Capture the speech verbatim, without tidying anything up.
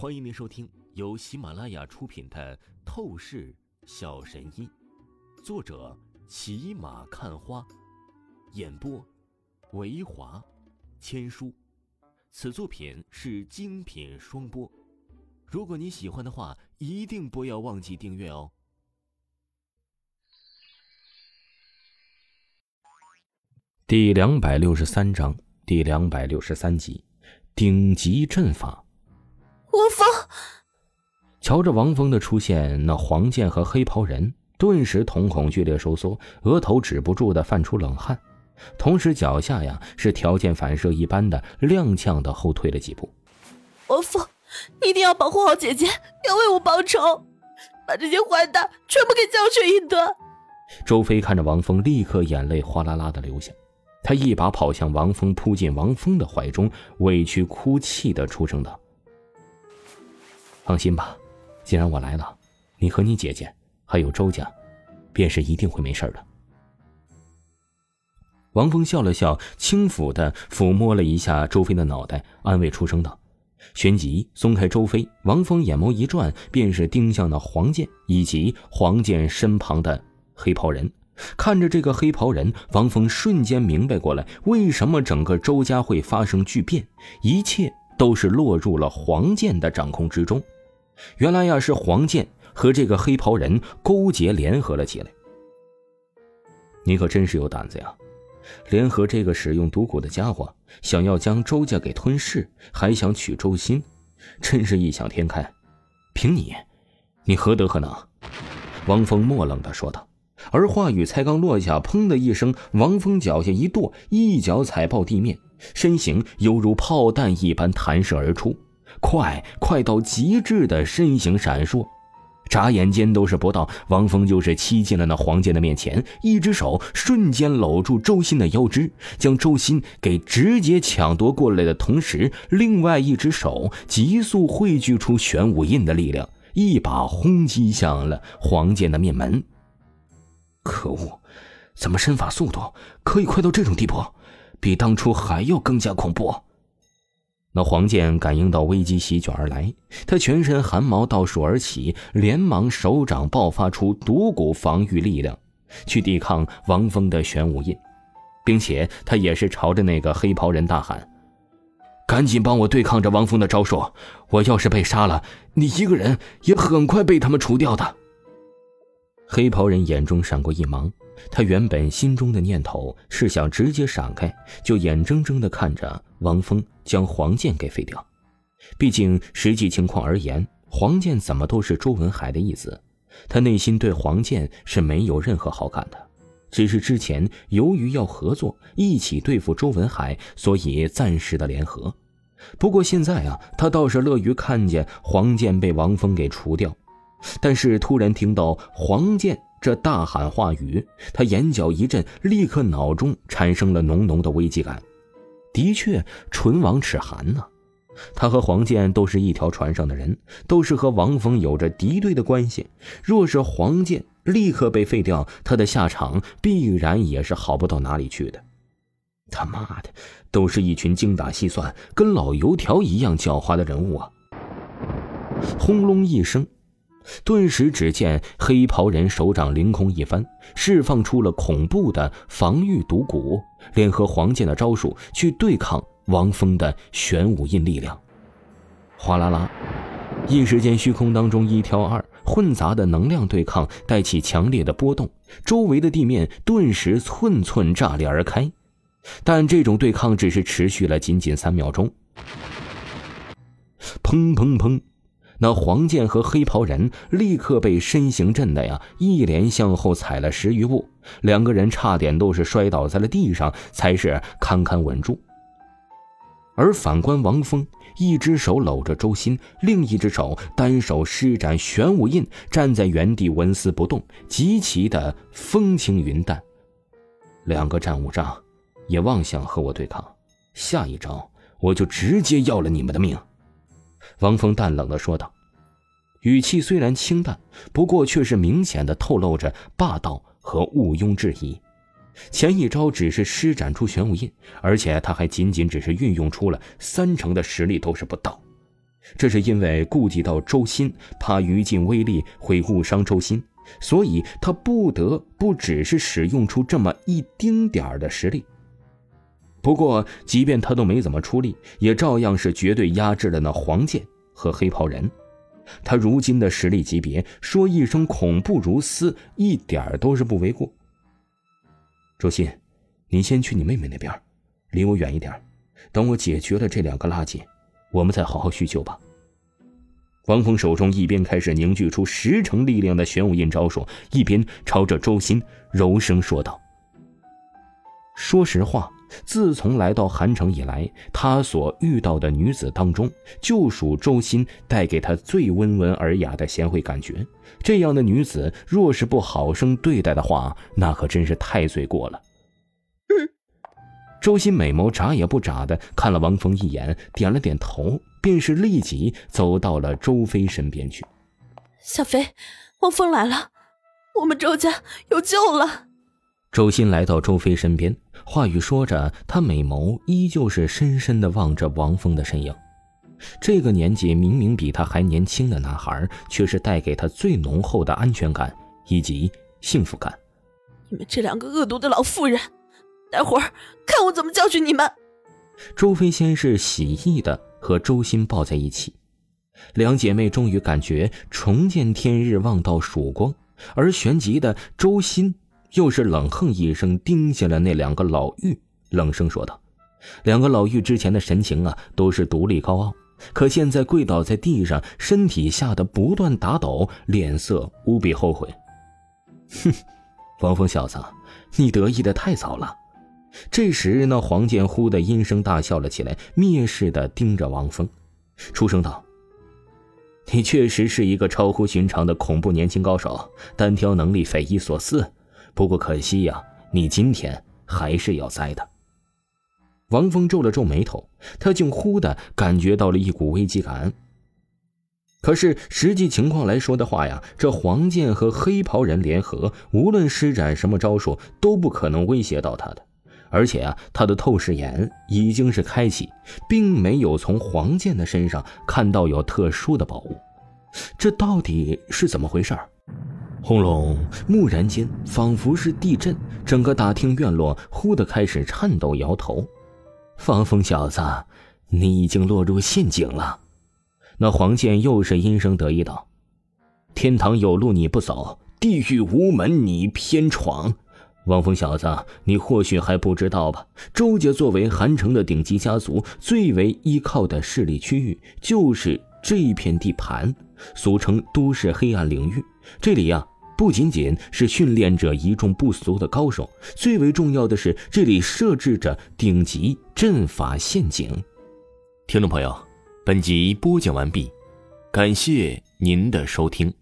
欢迎您收听由喜马拉雅出品的《透视小神医》，作者骑马看花，演播维华千书。此作品是精品双播。如果你喜欢的话，一定不要忘记订阅哦。第两百六十三章，第两百六十三集，顶级阵法。 王峰， 瞧着王峰的出现，那黄健和黑袍人顿时瞳孔剧烈收缩，额头止不住的泛出冷汗，同时脚下呀是条件反射一般的踉跄的后退了几步。 王峰，你一定要保护好姐姐，要为我报仇，把这些坏蛋全部给教训一顿。 周飞看着王峰，立刻眼泪哗啦啦的流下，他一把跑向王峰，扑进王峰的怀中，委屈哭泣的出声道：放心吧，既然我来了，你和你姐姐还有周家便是一定会没事的。王峰笑了笑，轻抚地抚摸了一下周飞的脑袋，安慰出声道。旋即松开周飞，王峰眼眸一转，便是盯向了黄健以及黄健身旁的黑袍人。看着这个黑袍人，王峰瞬间明白过来，为什么整个周家会发生巨变，一切都是落入了黄健的掌控之中。原来呀，是黄健和这个黑袍人勾结联合了起来。你可真是有胆子呀，联合这个使用毒蛊的家伙，想要将周家给吞噬，还想取周心，真是异想天开。凭你，你何德何能？王峰默冷地说道。而话语才刚落下，砰的一声，王峰脚下一跺，一脚踩爆地面，身形犹如炮弹一般弹射而出，快快到极致的身形闪烁，眨眼间都是不到，王峰就是欺进了那黄健的面前，一只手瞬间搂住周心的腰肢，将周心给直接抢夺过来的同时，另外一只手急速汇聚出玄武印的力量，一把轰击向了黄健的面门。可恶，怎么身法速度可以快到这种地步，比当初还要更加恐怖。那黄健感应到危机席卷而来，他全身汗毛倒竖而起，连忙手掌爆发出毒蛊防御力量，去抵抗王峰的玄武印，并且他也是朝着那个黑袍人大喊：赶紧帮我对抗着王峰的招数，我要是被杀了，你一个人也很快被他们除掉的。黑袍人眼中闪过一芒，他原本心中的念头是想直接闪开，就眼睁睁地看着王峰将黄健给废掉。毕竟实际情况而言，黄健怎么都是周文海的意思，他内心对黄健是没有任何好感的，只是之前由于要合作一起对付周文海，所以暂时的联合。不过现在啊，他倒是乐于看见黄健被王峰给除掉。但是突然听到黄健这大喊话语，他眼角一震，立刻脑中产生了浓浓的危机感。的确，唇亡齿寒呢。他和黄健都是一条船上的人，都是和王峰有着敌对的关系。若是黄健立刻被废掉，他的下场必然也是好不到哪里去的。他妈的，都是一群精打细算、跟老油条一样狡猾的人物啊！轰隆一声，顿时只见黑袍人手掌凌空一翻，释放出了恐怖的防御毒蛊，联合黄健的招数去对抗王峰的玄武印力量。哗啦啦，一时间虚空当中一挑二，混杂的能量对抗带起强烈的波动，周围的地面顿时寸寸炸裂而开。但这种对抗只是持续了仅仅三秒钟。砰砰砰，那黄健和黑袍人立刻被身形震的呀，一连向后踩了十余步，两个人差点都是摔倒在了地上，才是堪堪稳住。而反观王峰，一只手搂着周心，另一只手单手施展玄武印，站在原地纹丝不动，极其的风轻云淡。两个战五丈也妄想和我对抗，下一招我就直接要了你们的命。王峰淡冷地说道，语气虽然清淡，不过却是明显的透露着霸道和毋庸置疑。前一招只是施展出玄武印，而且他还仅仅只是运用出了三成的实力都是不到。 这是因为顾及到周鑫，怕于禁威力会误伤周鑫，所以他不得不只是使用出这么一丁点儿的实力。不过即便他都没怎么出力，也照样是绝对压制了那黄剑和黑袍人。他如今的实力级别，说一声恐怖如斯，一点儿都是不为过。周鑫，你先去你妹妹那边，离我远一点，等我解决了这两个垃圾，我们再好好叙旧吧。王峰手中一边开始凝聚出十成力量的玄武印招数，一边朝着周鑫柔声说道。说实话，自从来到韩城以来，他所遇到的女子当中，就属周鑫带给他最温文尔雅的贤惠感觉。这样的女子若是不好生对待的话，那可真是太罪过了。 嗯， 周鑫美眸眨也不眨地看了王峰一眼，点了点头，便是立即走到了周飞身边去。 小飞，王峰来了，我们周家有救了。 周鑫来到周飞身边，话语说着，他美眸依旧是深深地望着王峰的身影。这个年纪明明比他还年轻的男孩，却是带给他最浓厚的安全感以及幸福感。 你们这两个恶毒的老妇人，待会儿看我怎么教训你们。 周飞先是喜意地和周鑫抱在一起，两姐妹终于感觉重见天日，望到曙光。而旋即的周鑫又是冷哼一声，盯下了那两个老妪，冷声说道。两个老妪之前的神情啊，都是独立高傲，可现在跪倒在地上，身体吓得不断打抖，脸色无比后悔。哼，王峰小子，你得意的太早了。这时那黄剑忽的阴声大笑了起来，蔑视的盯着王峰，出声道：你确实是一个超乎寻常的恐怖年轻高手，单挑能力匪夷所思，不过可惜呀、啊，你今天还是要栽的。王峰皱了皱眉头，他竟忽地感觉到了一股危机感。可是实际情况来说的话呀，这黄剑和黑袍人联合，无论施展什么招数，都不可能威胁到他的。而且啊，他的透视眼已经是开启，并没有从黄剑的身上看到有特殊的宝物。这到底是怎么回事？轰隆！蓦然间，仿佛是地震，整个大厅院落忽地开始颤抖摇头。方峰小子，你已经落入陷阱了。那黄剑又是阴声得意道：天堂有路你不走，地狱无门你偏闯。王峰小子，你或许还不知道吧，周家作为韩城的顶级家族，最为依靠的势力区域就是这一片地盘，俗称都市黑暗领域。这里啊，不仅仅是训练着一众不俗的高手，最为重要的是这里设置着顶级阵法陷阱。听众朋友，本集播讲完毕，感谢您的收听。